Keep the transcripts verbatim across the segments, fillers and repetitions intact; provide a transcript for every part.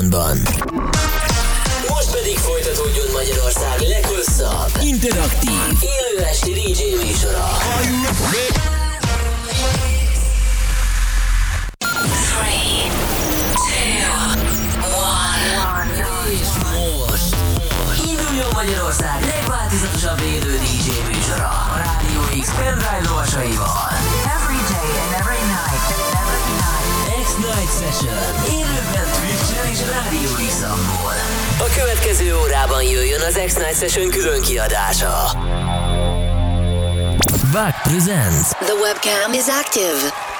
középpontban. Most pedig folytatódjon Magyarország leghosszabb, interaktív, élő esti dé dzsé műsora. Magyarország legváltozatosabb élő dé dzsé műsora a Rádió X pendrive lovasaival. Every day and every night, every night. X-Night Session. Élőben Twitch-en és Rádió X-amból. A következő órában jöjjön az X-Night Session külön kiadása. Vack presents. The webcam is active.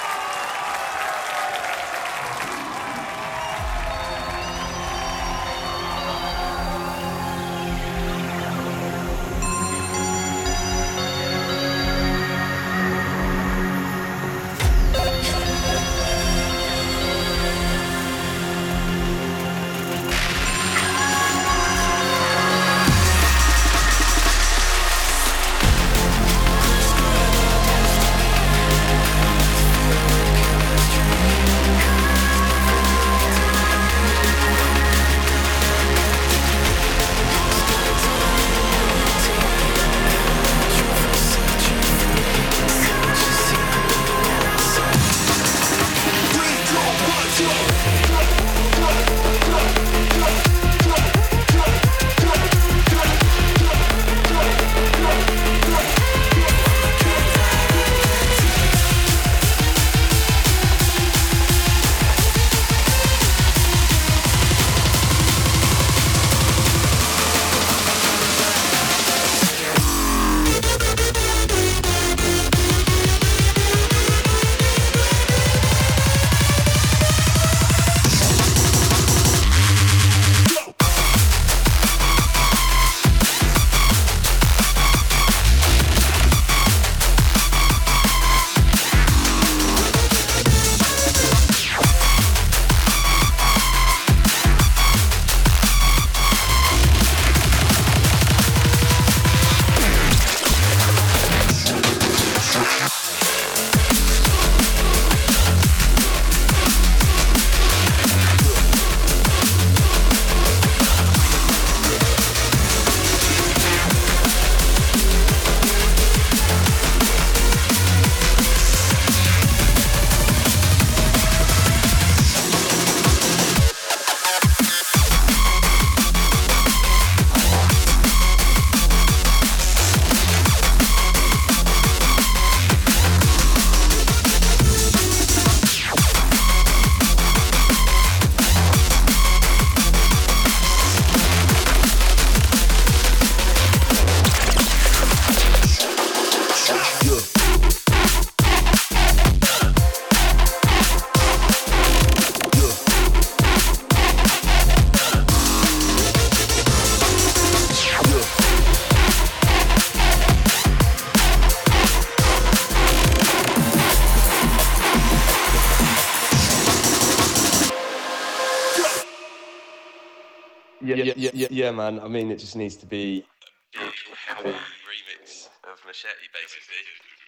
Yeah, yeah, yeah, yeah, man. I mean, it just needs to be a heavy remix of Machete, basically.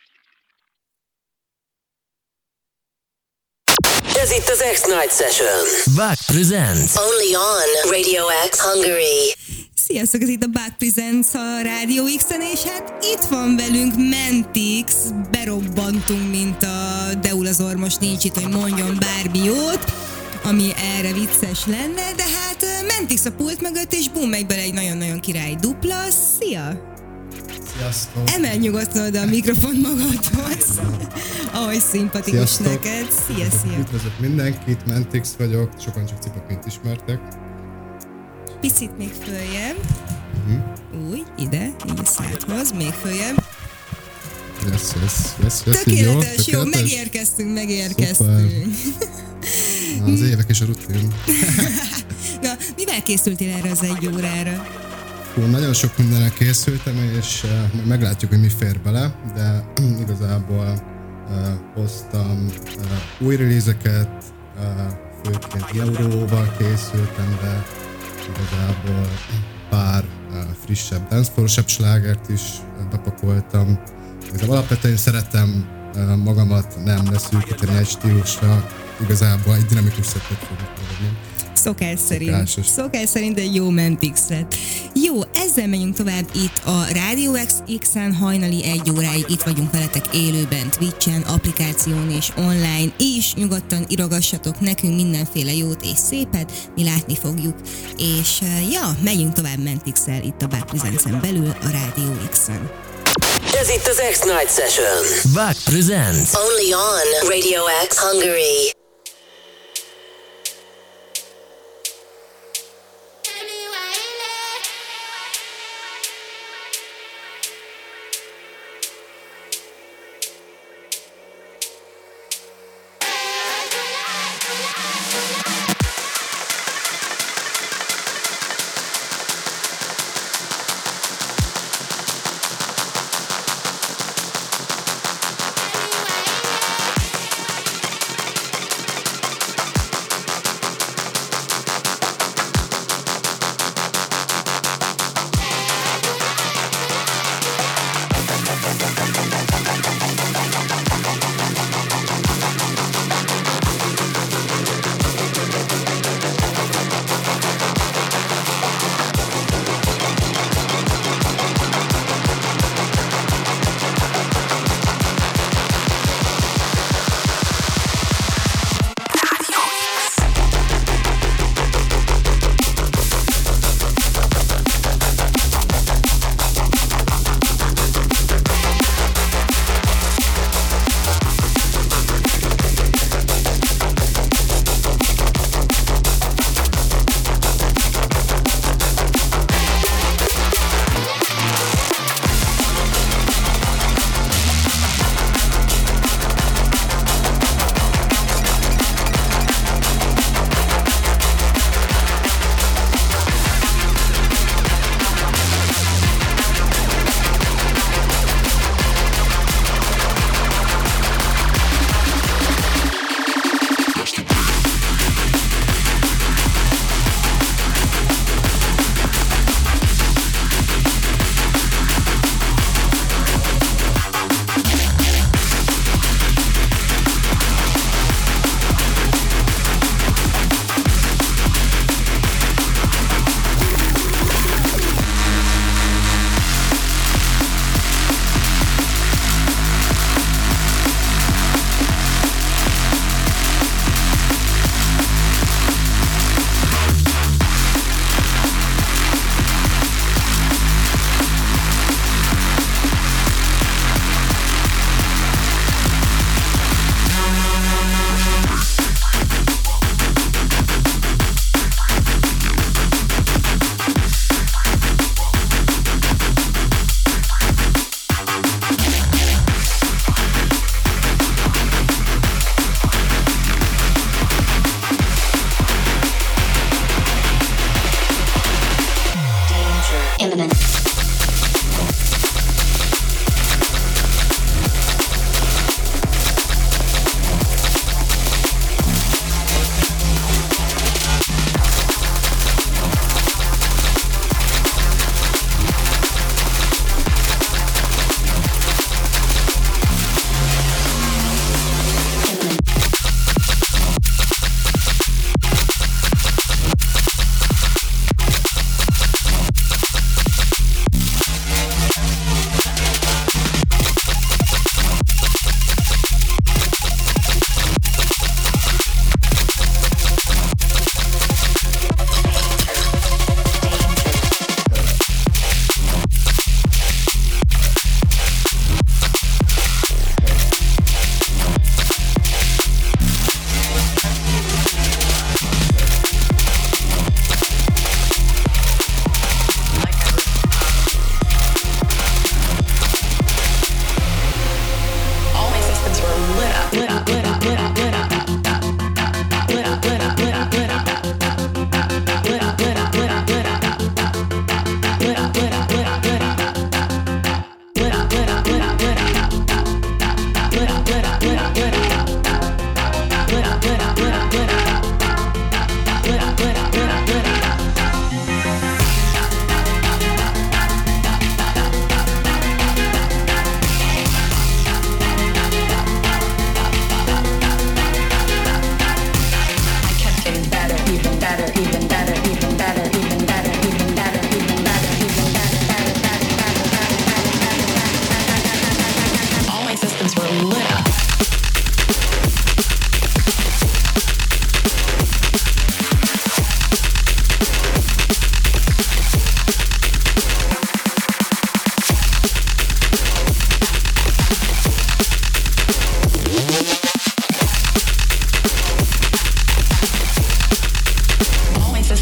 Ez itt az X-Night Session. Vack presents. Only on Radio X Hungary. Sziasztok, ez itt a Vack Presents a Rádió X-en, és hát itt van velünk Mentix, berobbantunk, mint a Deul az ormos nincs itt, hogy mondjon bármi jót, ami erre vicces lenne, de hát Mentix a pult mögött, és bum, megy bele egy nagyon-nagyon király dupla. Szia! Sziasztok! Emelj nyugodtan oda a mikrofon magadhoz, ahogy szimpatikus Sziasztok. neked. Szia, szia! Üdvözlök mindenkit, Mentix vagyok, sokan csak cipaként ismertek. Picit még följebb. Uh-huh. Úgy, ide, így a szádhoz, még följebb. Yes, yes, yes, yes, Tökéletes, jó, jó, tökéletes. megérkeztünk, megérkeztünk. Na, az évek és a rutin. Na, mivel készültél erre az egy órára? Hú, nagyon sok mindenre készültem, és uh, meglátjuk, hogy mi fér bele, de igazából uh, hoztam uh, új release-eket, uh, főként euróval készültem, de igazából pár uh, frissebb, dancefloor-sabb slágert is uh, bepakoltam. Igazából alapvetően szeretem uh, magamat nem leszűkíteni egy stílusra, igazából egy dinamikus szettet fogok adni. Szokás szerint. Szokásos. Szokás szerint egy jó Mentix lett. Jó, ezzel megyünk tovább itt a Radio X-en hajnali egy óráig. Itt vagyunk veletek élőben, Twitchen, applikáción és online is. Nyugodtan írogassatok nekünk mindenféle jót és szépet, mi látni fogjuk. És ja, megyünk tovább Mentix-el itt a Back Presents-en belül a Radio X-en. Ez itt az X-Night Session. Back Presents. Only on Radio X Hungary.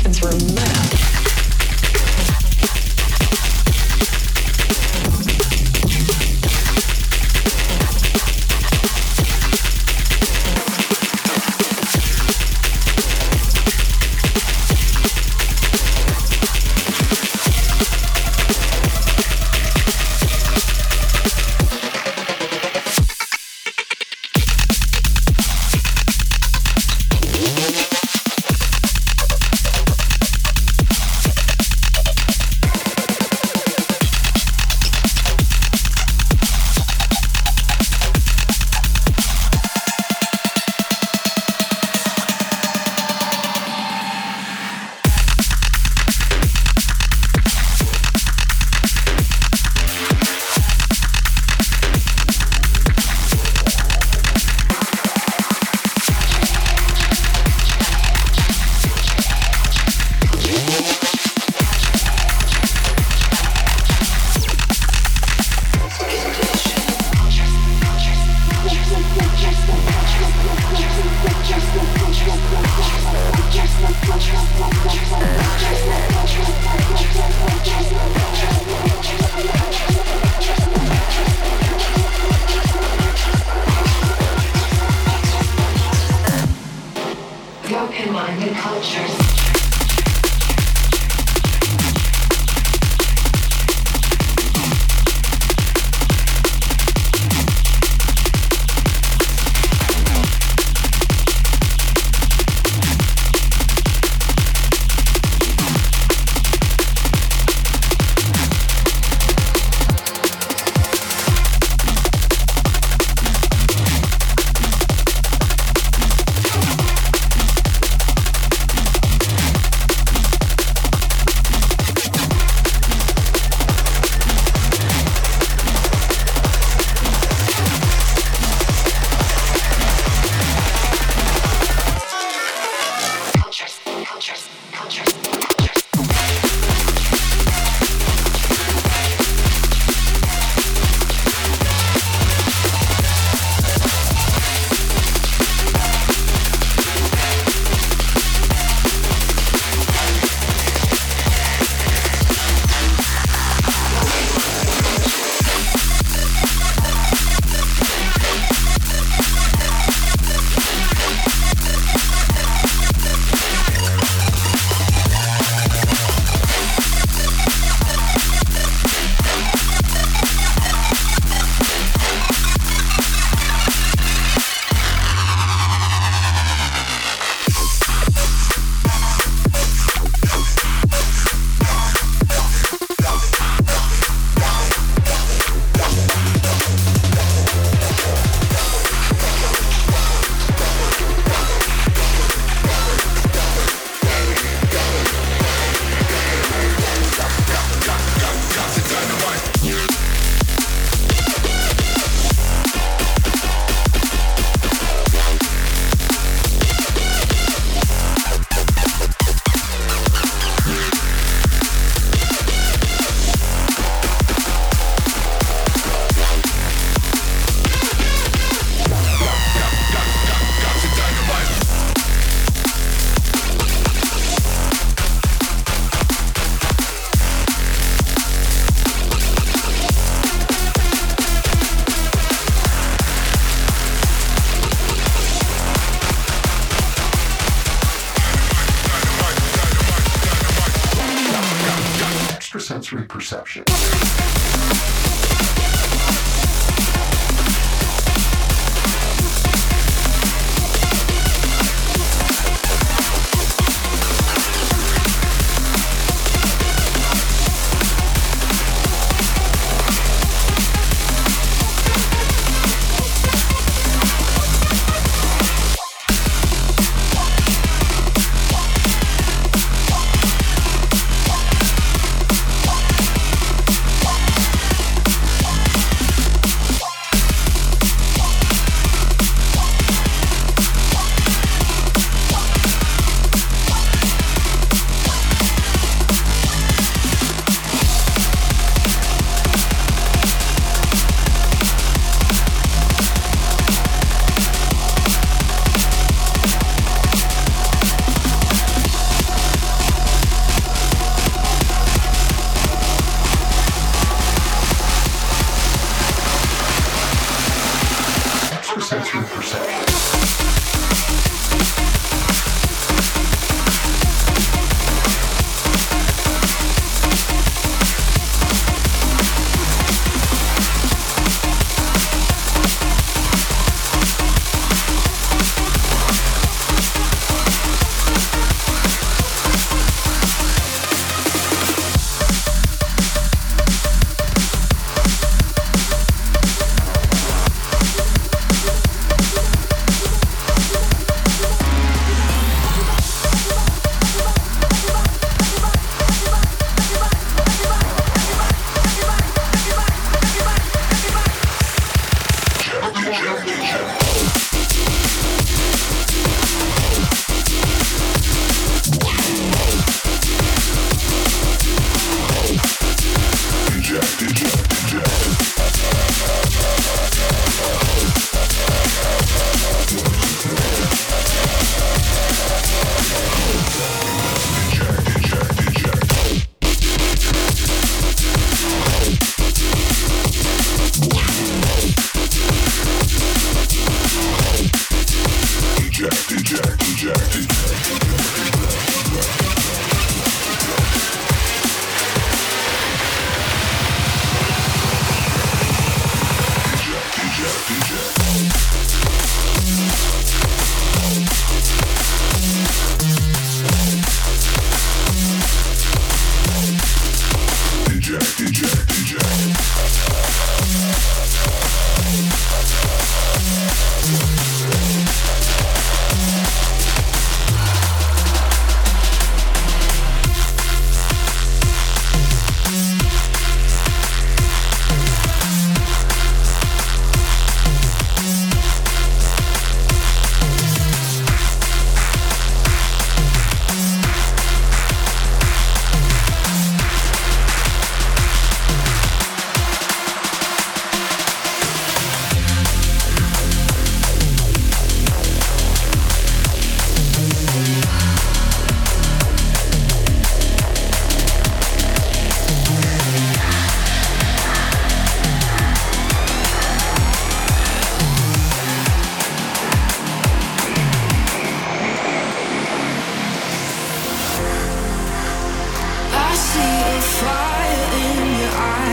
distance room map. Sensory perception.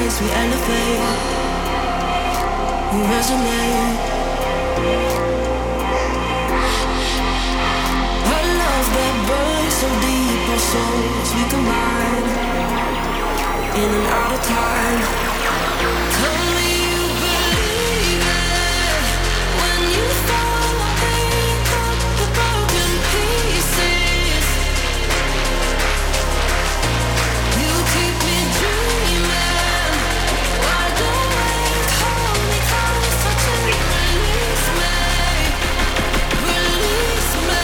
rise, we elevate. We resonate. A love that burns so deep, our souls we combine. In and out of time. Tell me you believe it. When you fall, I pick up the broken pieces. You keep me dreaming. Wide awake, hold me closer to release me. Release me.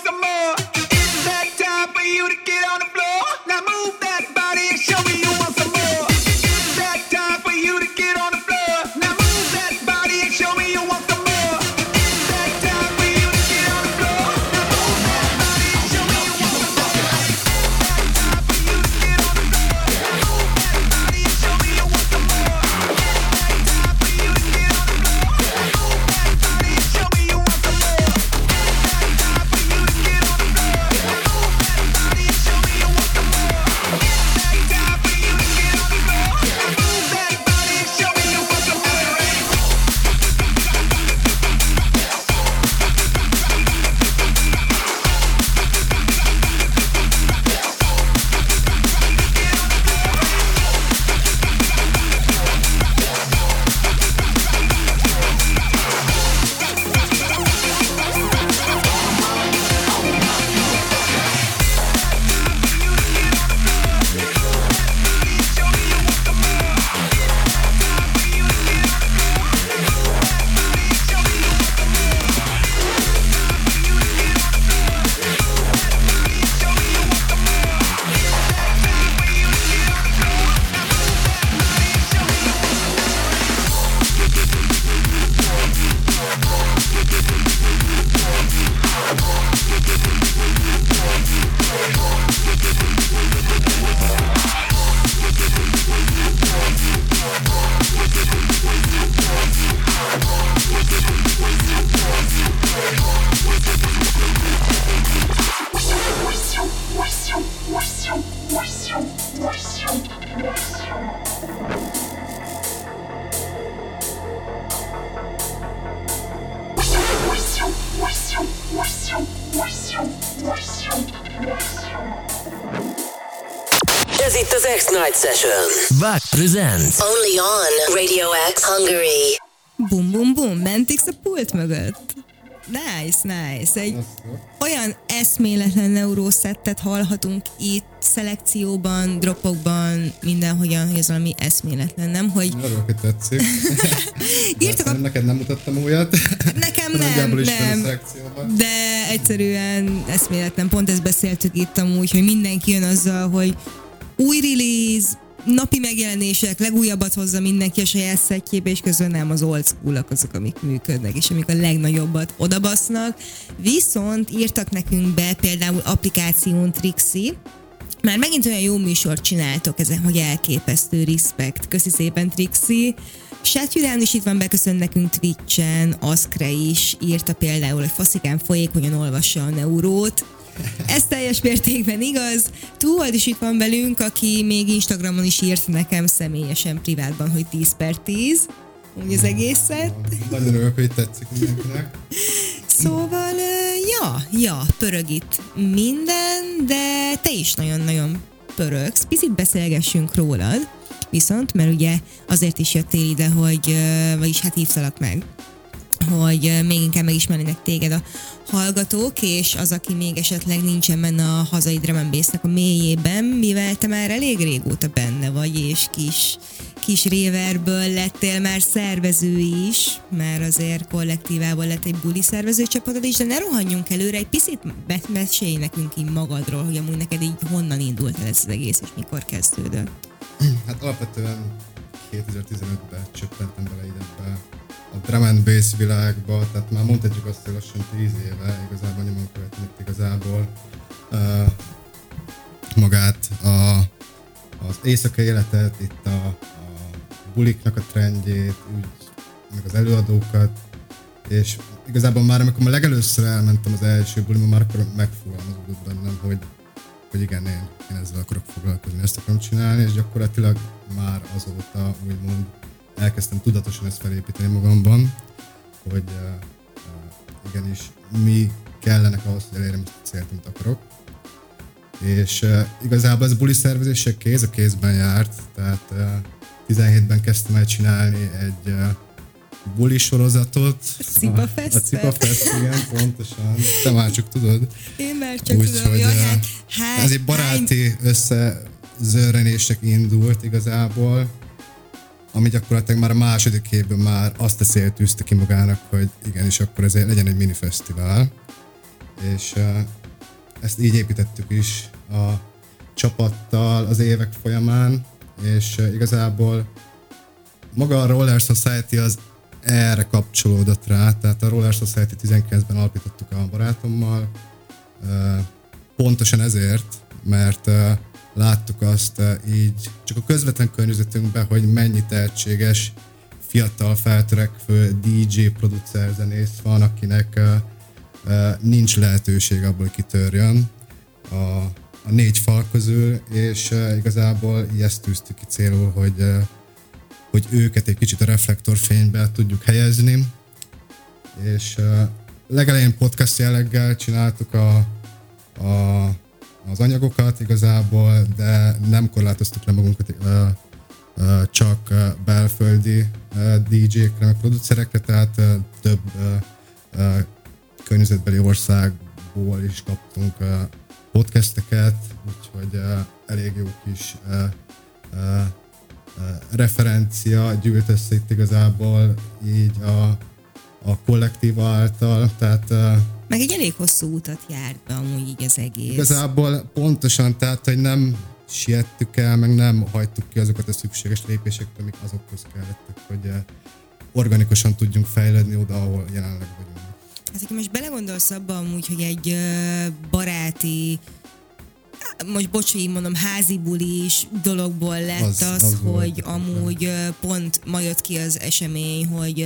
some more. It's that time for you to get on the floor. Now move that body and show me you want some more. It's that time for you to get on the floor. Now move that body and show me you want some more. It's that time for you to get on the floor. Now move that body and show me you want some more. It's that time for you to get on the floor. Now move that body and show me you want some more. It's that time for you to get on the floor. Now move that body and show me you want some more. It's that time for you to get on the floor. Now move that body and show me you want some more. It's that time for you to get on the floor. Now move that body and show me you want some more. Ez itt az X-Night Session. Wack presents. Only on Radio X Hungary. Bum, bum, bum, Mentix a pult mögött. Nice, nice. Egy olyan eszméletlen neuroszettet hallhatunk itt, szelekcióban, dropokban, mindenhogyan, hogy ez valami eszméletlen, nem? Hogy... Arról, hogy tetszik. Írtak a... Neked nem mutattam újat. Nekem nem, nem. De egyszerűen eszméletlen. Pont ezt beszéltük itt amúgy, hogy mindenki jön azzal, hogy új release, napi megjelenések, legújabbat hozza mindenki a saját szettjébe, és közben nem az old school-ak azok, amik működnek, és amik a legnagyobbat odabasznak. Viszont írtak nekünk be például applikáción Trixie, már megint olyan jó műsort csináltok ezen, hogy elképesztő, respekt. Köszi szépen, Trixie. Sátjudán is itt van, beköszön nekünk Twitchen, Aszkre is írta például, hogy faszikán folyékonyan olvassa a neurót. Ez teljes mértékben igaz. Túlold is itt van velünk, aki még Instagramon is írt nekem személyesen, privátban, hogy tíz per tíz. Úgy az egészet. Nagyon örülök, hogy tetszik mindenkinek. Szóval, ja, ja, pörög itt minden, de te is nagyon-nagyon pörögsz. Picit beszélgessünk rólad, viszont, mert ugye azért is jöttél ide, hogy, vagyis hát hívtalak meg, hogy még inkább megismernének téged a hallgatók, és az, aki még esetleg nincsen benne a hazai drum and bass-nek a mélyében, mivel te már elég régóta benne vagy, és kis, kis réverből lettél már szervező is, már azért kollektívából lett egy buli szervező csapatod is, de ne rohanjunk előre, egy picit mesélj nekünk így magadról, hogy amúgy neked így honnan indult el ez az egész, és mikor kezdődött. Hát alapvetően kétezer-tizenötben csöppentem bele ide a drum and bass világba, tehát már mondhatjuk azt, hogy lassan tíz éve igazából nyomon követni itt igazából uh, magát a, az éjszakai életet, itt a, a buliknak a trendjét, úgy, meg az előadókat, és igazából már amikor már legelőször elmentem az első bulimba, már akkor megfogalmazódott bennem, hogy, hogy igen, én, én ezzel akarok foglalkozni, ezt akarom csinálni, és gyakorlatilag már azóta úgymond elkezdtem tudatosan ezt felépíteni magamban, hogy uh, uh, igenis mi kellenek ahhoz, hogy elérjem ezt a célt, amit akarok. És uh, igazából ez a buli szervezés kéz a kézben járt, tehát uh, tizenhétben kezdtem el csinálni egy uh, buli sorozatot. A Cipa Fest. A Cipa Fest, igen, pontosan. Te már csak tudod. Én már csak úgy, tudom, hogy, jó, uh, hát, hát, ez egy baráti hány... összezörrenések indult igazából, ami gyakorlatilag már a második évben már azt a célt tűzte ki magának, hogy igenis akkor ez legyen egy mini fesztivál. és uh, ezt így építettük is a csapattal az évek folyamán, és uh, igazából maga a Roller Society az erre kapcsolódott rá, tehát a Roller Society tizenkilencben alapítottuk a barátommal, uh, pontosan ezért, mert uh, láttuk azt uh, így csak a közvetlen környezetünkben, hogy mennyi tehetséges, fiatal, feltörekvő dé dzsé, producer, zenész van, akinek uh, uh, nincs lehetőség abból, hogy kitörjön a, a négy fal közül, és uh, igazából így ezt tűztük ki célul, hogy, uh, hogy őket egy kicsit a reflektorfénybe tudjuk helyezni, és uh, legelején podcast jelleggel csináltuk a, a az anyagokat igazából, de nem korlátoztuk le magunkat uh, uh, csak uh, belföldi uh, dé dzsékre, meg producerekre, tehát uh, több uh, uh, környezetbeli országból is kaptunk uh, podcasteket, úgyhogy uh, elég jó kis uh, uh, uh, referencia gyűlt össze itt igazából így a, a kollektíva által, tehát uh, meg egy elég hosszú utat járt be amúgy így az egész. Igazából pontosan, tehát, hogy nem siettük el, meg nem hagytuk ki azokat a szükséges lépéseket, amik azokhoz kellettek, hogy organikusan tudjunk fejlődni oda, ahol jelenleg vagyunk. Hát, hogyha most belegondolsz abba amúgy, hogy egy baráti, most bocs, hogy így mondom, házi bulis dologból lett az, az, az hogy volt, amúgy nem. Pont ma jött ki az esemény, hogy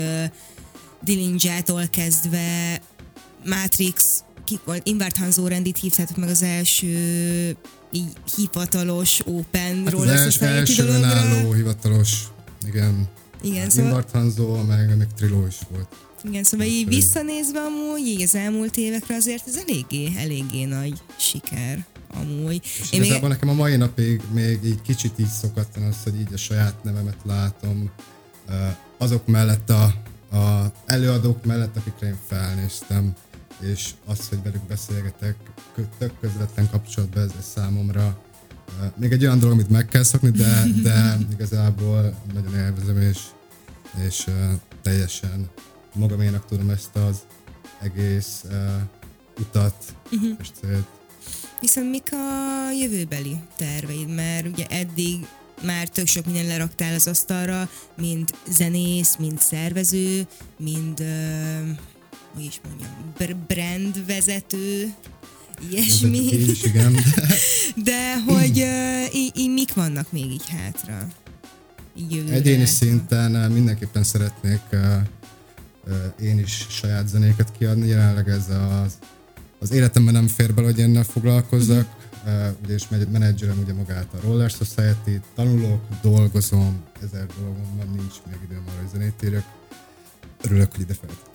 Dillinjától kezdve Matrix, kik volt, Invert Hanzo Rendit hívtátok meg az első így hivatalos Open hát Roller az Society első dologra. önálló hivatalos, igen. Igen, szóval... Invert Hanzo, meg, meg Trilo is volt. Igen, szóval így visszanézve amúgy, így az elmúlt évekre azért ez eléggé, eléggé nagy siker amúgy. És Én igazából még... nekem a mai napig még így kicsit így szokatlan az, hogy így a saját nevemet látom azok mellett a, a előadók mellett, akikre én felnéztem, és az, hogy velük beszélgetek, tök közvetlen kapcsolatban, ez, ez számomra uh, még egy olyan dolog, amit meg kell szokni, de, de igazából nagyon élvezem, és, és uh, teljesen magaménak tudom ezt az egész uh, utat uh-huh. és célt. Viszont mik a jövőbeli terveid? Mert ugye eddig már tök sok minden leraktál az asztalra, mint zenész, mint szervező, mint... Uh, hogy is mondjam, brand vezető, ilyesmi. Is, igen. De hogy uh, így, így mik vannak még így hátra? Jövőre. Egyéni szinten mindenképpen szeretnék uh, uh, én is saját zenéket kiadni. Jelenleg ez az, az életemben nem fér bele, hogy ilyennel foglalkozzak. Uh, ugye és menedzserem ugye magát a Roller Society, tanulok, dolgozom, ezer dolgom van, nincs még időm arra, hogy zenét írjak. Örülök, hogy ide feltettem.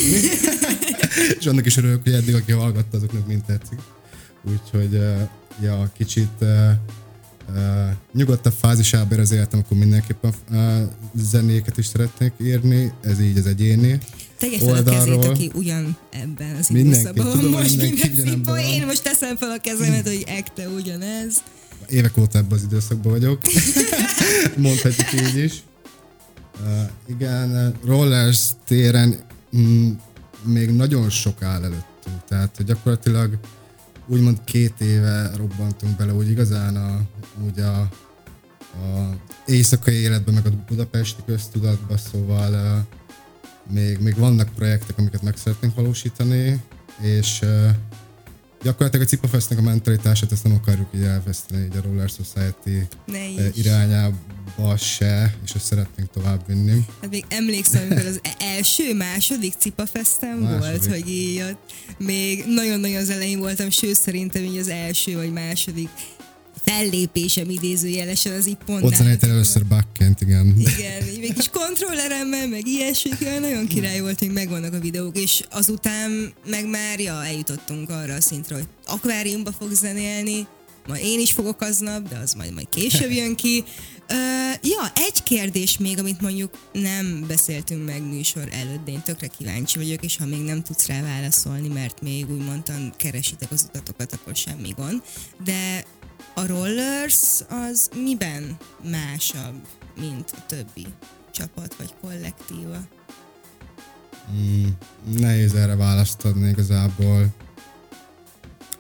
És annak is örülök, hogy eddig, aki hallgatta, azoknak mind tetszik. Úgyhogy uh, ja, kicsit uh, uh, nyugodtabb fázisában az életem, akkor mindenképpen uh, zenéket is szeretnék írni, ez így az egyéni Tegye fel a kezét, aki ugyan ebben az időszakban most minden szimpa. Én most teszem fel a kezemet, hogy ekte ugyanez. Évek óta ebben az időszakban vagyok. Mondhatjuk így is. Uh, igen, rollers téren mm, még nagyon sok áll előttünk, tehát hogy gyakorlatilag úgymond két éve robbantunk bele, úgy igazán a, úgy a, a éjszakai életben, meg a budapesti köztudatban, szóval uh, még, még vannak projektek, amiket meg szeretnénk valósítani, és uh, gyakorlatilag a Cipafestnek a mentalitását ezt nem akarjuk így elveszteni így a Roller Society irányába se, és ezt szeretnénk tovább vinni. Hát még emlékszem, amikor az első, második Cipafestem volt, hogy így ott még nagyon-nagyon az elején voltam, sőt szerintem így az első vagy második fellépésem idézőjelesen az így pont. Ott zenéltél először Buckent, igen. Igen, így még kis kontrolleremmel, meg ilyesmik, nagyon király volt, hogy megvannak a videók, és azután meg már, ja, eljutottunk arra a szintre, hogy akváriumba fog zenélni, majd én is fogok aznap, de az majd majd később jön ki. Uh, ja, egy kérdés még, amit mondjuk nem beszéltünk meg műsor előtt, de én tökre kíváncsi vagyok, és ha még nem tudsz rá válaszolni, mert még úgy mondtam, keresitek az utatokat, akkor semmi gond, de a Rollers az miben másabb, mint a többi csapat vagy kollektíva? Mm, nehéz erre választ adni igazából.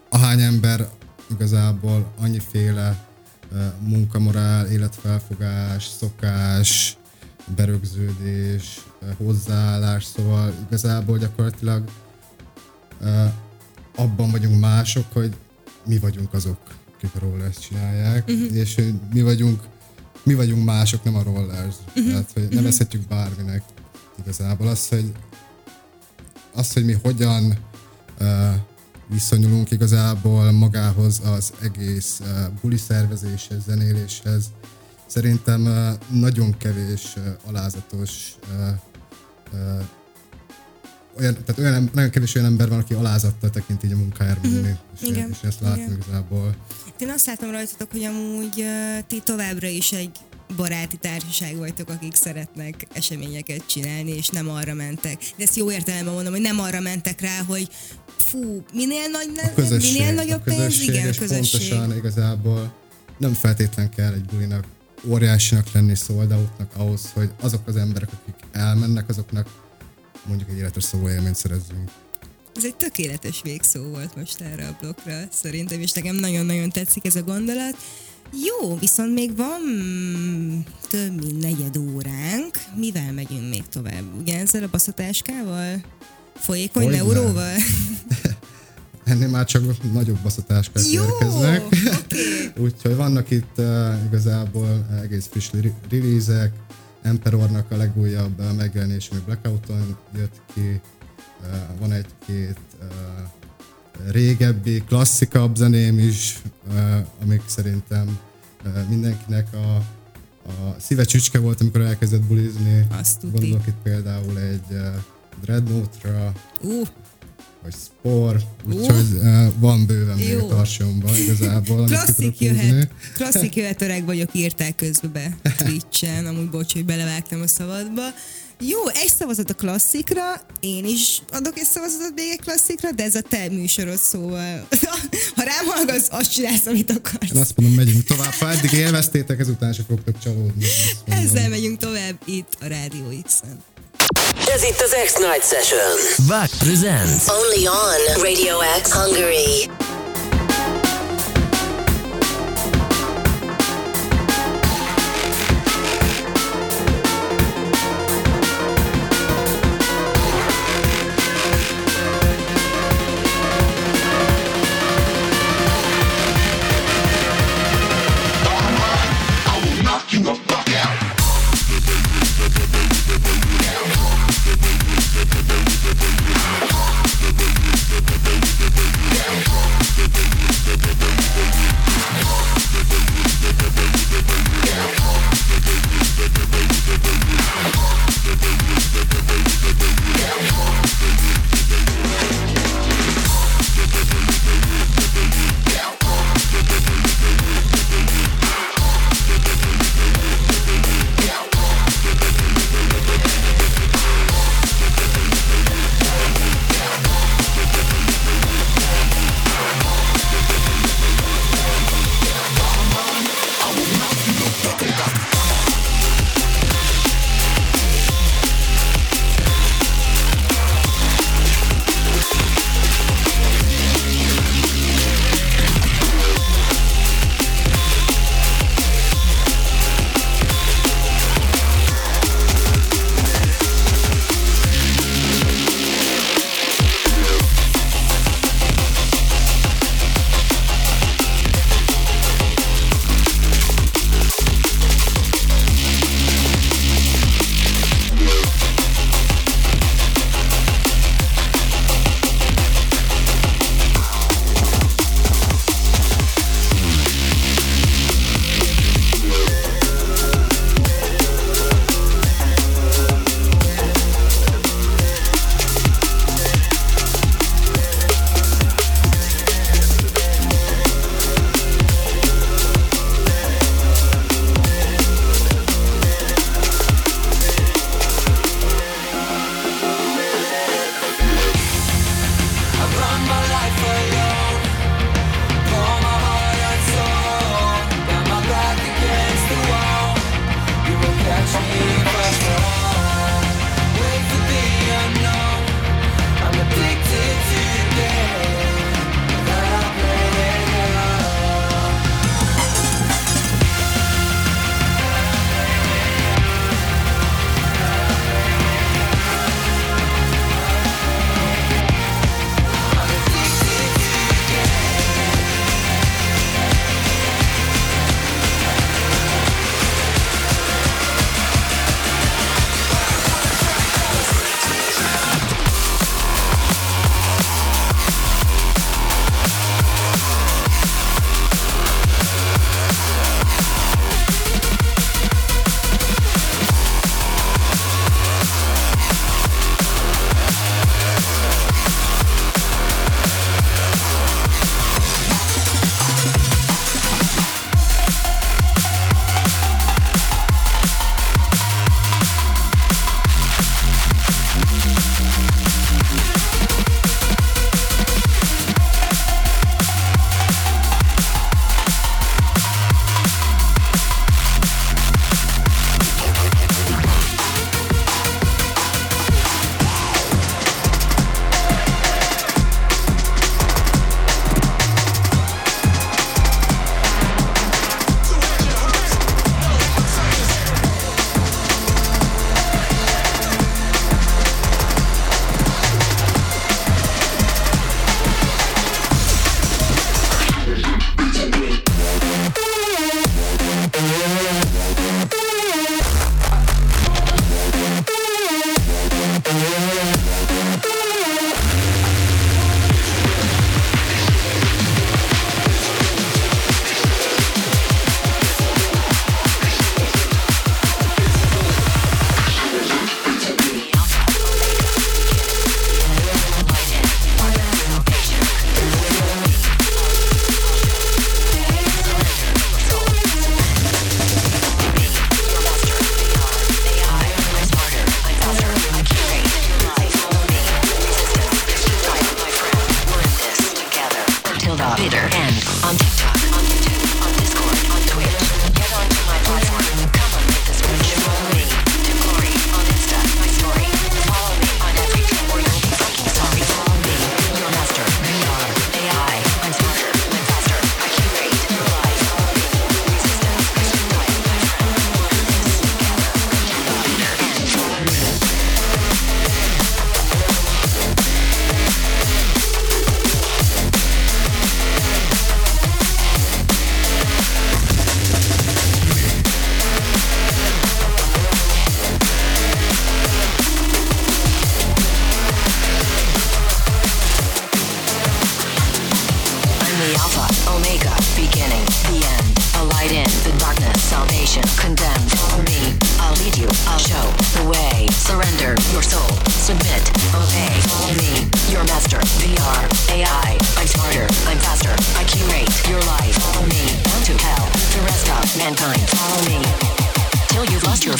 ahány ember igazából annyiféle uh, munkamorál, életfelfogás, szokás, berögződés, uh, hozzáállás, szóval igazából gyakorlatilag uh, abban vagyunk mások, hogy mi vagyunk azok, akik a rollers csinálják, uh-huh. és mi vagyunk, mi vagyunk mások, nem a rollers. Uh-huh. Tehát, hogy nevezhetjük bárminek igazából. Az, hogy, az, hogy mi hogyan uh, viszonyulunk igazából magához az egész uh, buli szervezéshez, zenéléshez, szerintem uh, nagyon kevés uh, alázatos uh, uh, olyan, tehát olyan, nagyon kevés olyan ember van, aki alázattal tekint így a munkájára, mm-hmm. és, és ezt látom igazából. Én azt látom rajtatok, hogy amúgy uh, ti továbbra is egy baráti társaság vagytok, akik szeretnek eseményeket csinálni, és nem arra mentek. De ezt jó értelemben mondom, hogy nem arra mentek rá, hogy fú, minél, nagy, ne, közösség, minél nagyobb a közösség, pénz, igen, és közösség. pontosan igazából nem feltétlen kell egy bulinak óriásinak lenni, sold outnak ahhoz, hogy azok az emberek, akik elmennek, azoknak mondjuk egy életes szóélményt szerezzünk. Ez egy tökéletes végszó volt most erre a blokkra, szerintem, és nekem nagyon-nagyon tetszik ez a gondolat. Jó, viszont még van több mint negyed óránk. Mivel megyünk még tovább? Ugye ezzel a baszatáskával? Folyékony Hogy neuróval? Ennél már csak nagyobb baszatáskák érkeznek. Okay. Úgyhogy vannak itt uh, igazából egész friss release-ek. Emperornak a legújabb uh, megjelenése, ami Blackouton jött ki. Uh, van egy-két uh, régebbi, klasszikabb zeném is, uh, amik szerintem uh, mindenkinek a, a szíve csücske volt, amikor elkezdett bulizni. Gondolok itt például egy uh, Dreadnought-ra, uh. vagy Spore, úgyhogy uh. uh, van bőven még a tarsomban igazából. Klasszik jöhet, klasszik jöhet, öreg vagyok, írták közbe be Twitch-en, amúgy bocs, hogy belevágtam a szabadba. Jó, egy szavazat a klasszikra, én is adok egy szavazatot még egy klasszikra, de ez a te műsorod, szóval ha rám hallgatsz, azt csinálsz, amit akarsz. Én azt mondom, megyünk tovább, ha eddig élveztétek, ezután se fogtok csalódni. Ezzel megyünk tovább itt a Rádió X-en. Ez itt az X-Night Session. Vack presents. Only on Radio X Hungary. Down.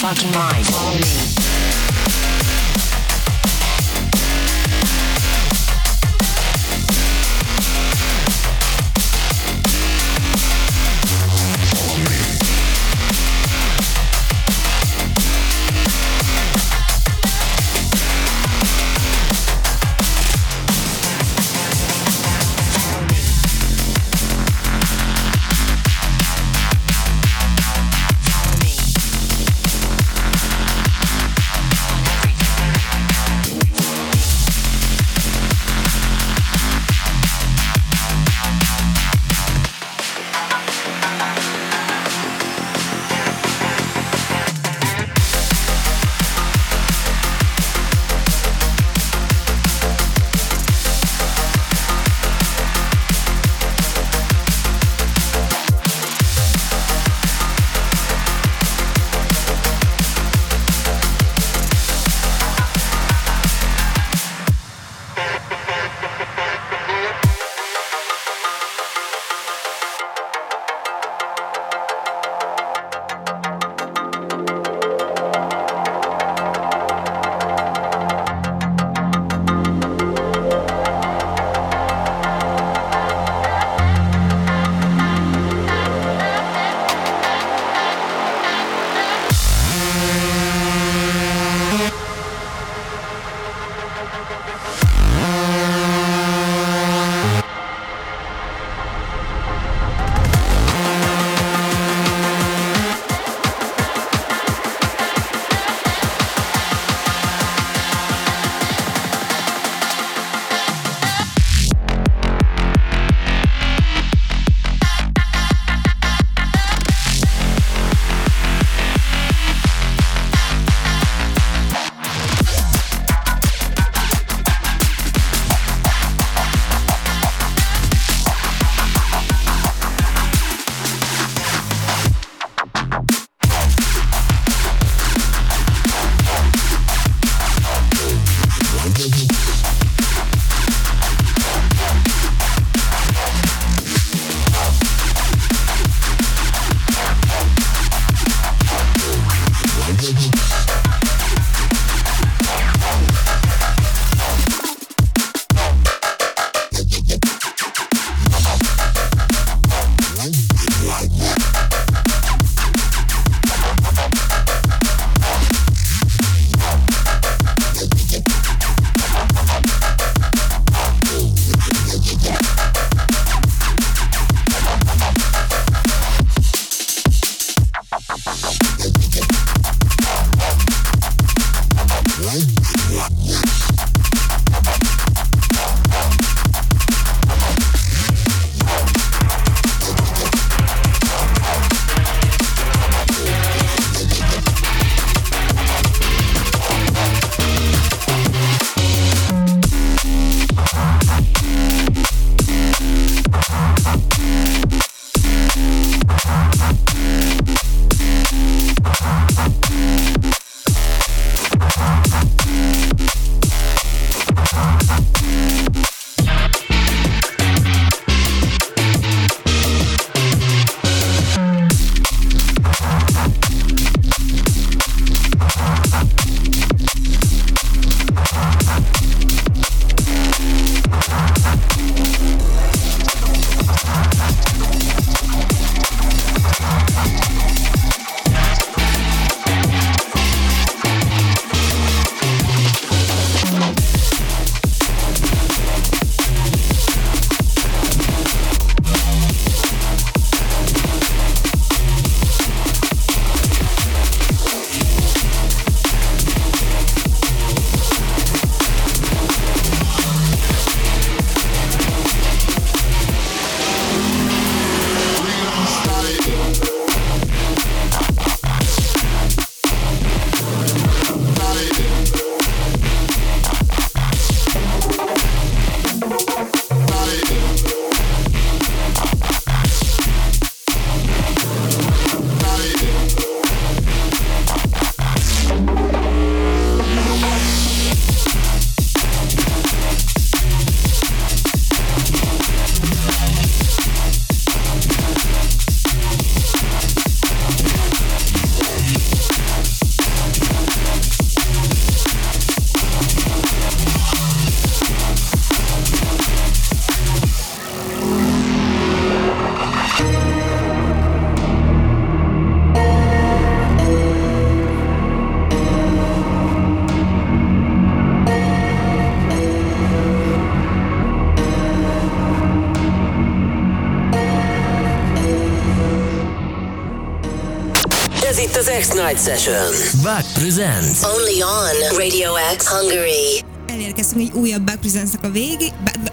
funky mind. Follow me. X-Night Session. Back presents. Only on Radio X Hungary. Elérkeztünk egy újabb Back Presents-nek a végé...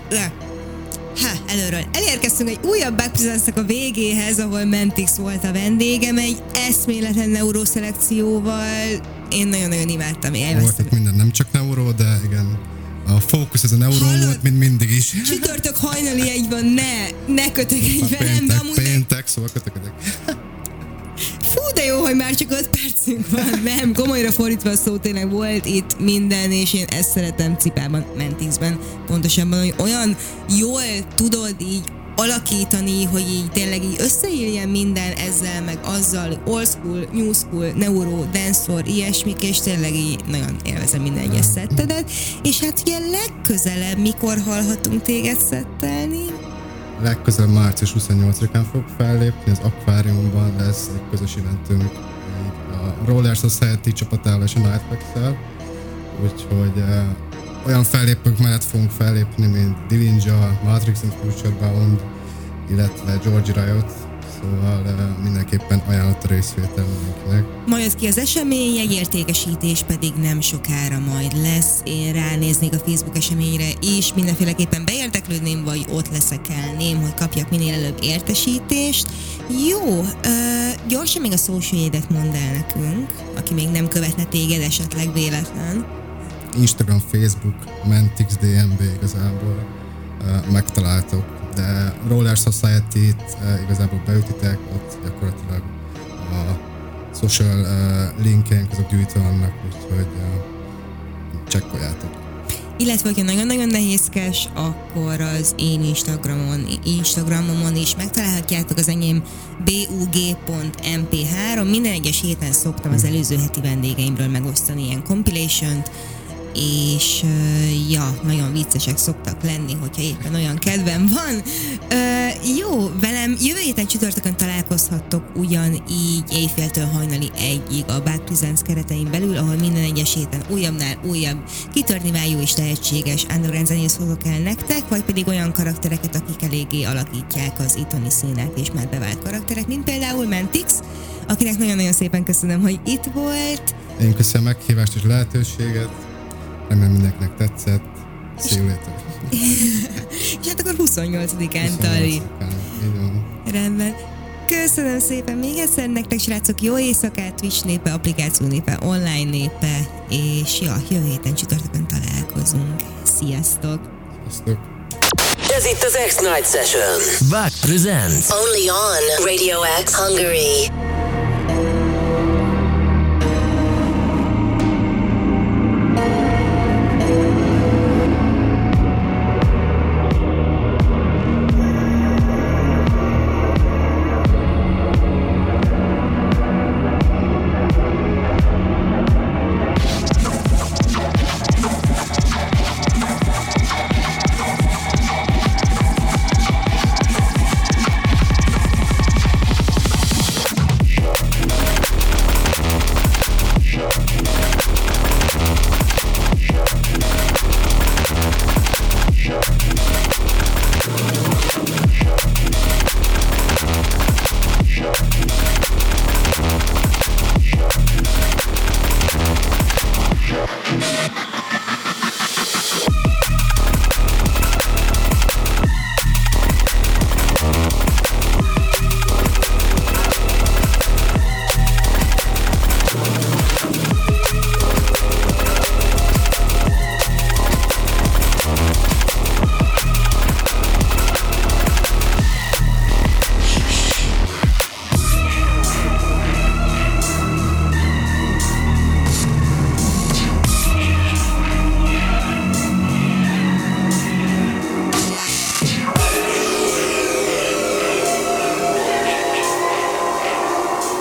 Ha, előről. Elérkeztünk egy újabb Back Presents-nek a végéhez, ahol Mentix volt a vendégem, egy eszméletlen neuroszelekcióval. Én nagyon-nagyon imádtam, élveztem. Volt itt minden, nem csak neuró, de igen. A fókusz ez a neuró Hallod? volt, mint mindig is. Csütörtök hajnali egyban, ne, ne kötekedj A velem, péntek, de amúgy péntek, szóval kötekedek. Fú, de jó, hogy már csak öt percünk van. Nem, komolyra fordítva a szó, tényleg volt itt minden, és én ezt szeretem Cipában, Mentixben. Pontosabban, hogy olyan jól tudod így alakítani, hogy így tényleg így összeírjen minden ezzel, meg azzal, old school, new school, neuro, dancefloor, ilyesmik, és tényleg így nagyon élvezem minden egyes szettedet. És hát ugye legközelebb, mikor hallhatunk téged szettelni? Legközelebb március huszonnyolcadikán fog fellépni, az Akváriumban lesz egy közös eventünk a Roller Society csapatával és a Nightflex-el, úgyhogy eh, olyan fellépők mellett fogunk fellépni, mint Dillinger, Matrix and Future Bound, illetve George Riot, szóval eh, mindenképpen ajánlott a részvétel mindenkinek. Majd ki az esemény, jegyértékesítés pedig nem sokára majd lesz. Én ránéznék a Facebook eseményre is, mindenféleképpen beérdeklődném, vagy ott leszekelném, hogy kapjak minél előbb értesítést. Jó, ö, gyorsan még a socialjédet mondd el nekünk, aki még nem követne téged esetleg véletlen. Instagram, Facebook, Mentix, dé em bé igazából uh, megtaláltok, de Roller Society-t uh, igazából beütitek, ott gyakorlatilag a social uh, linkeink azok gyűjtve vannak, úgyhogy uh, csekkoljátok. Illetve, hogyha nagyon-nagyon nehézkes, akkor az én Instagramon, Instagramomon is megtalálhatjátok, az enyém bé u gé pont em pé három. Minden egyes héten szoktam az előző heti vendégeimről megosztani ilyen compilation-t, és uh, ja, nagyon viccesek szoktak lenni, hogyha éppen olyan kedvem van. Uh, jó, velem jövő héten csütörtökön találkozhattok ugyanígy éjféltől hajnali egyig a Back Presents keretein belül, ahol minden egyes héten újabbnál újabb, kitörni vágyó és tehetséges underground zenész hozok el nektek, vagy pedig olyan karaktereket, akik eléggé alakítják az itthoni színát és már bevált karakterek, mint például Mentix, akinek nagyon-nagyon szépen köszönöm, hogy itt volt. Én köszönöm a meghívást és lehetőséget. Remélem mindenkinek tetszett. See you later. És hát akkor huszonnyolcadikán Tali. Rendben. Köszönöm szépen még egyszer nektek, srácok, jó éjszakát, Twitch népe, applikáció népe, online népe, és ja, jövő héten csütörtökön találkozunk. Sziasztok! Sziasztok! Ez itt az X-Night Session. Back presents. Only on Radio X Hungary.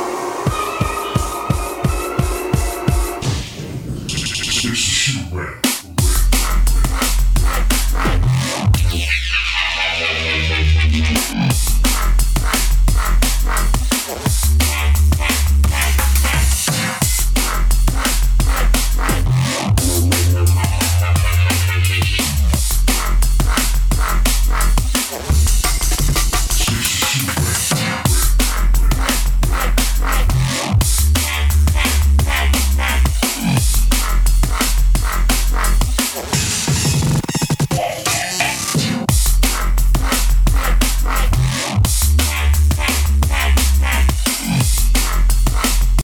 This is Hugh Webb.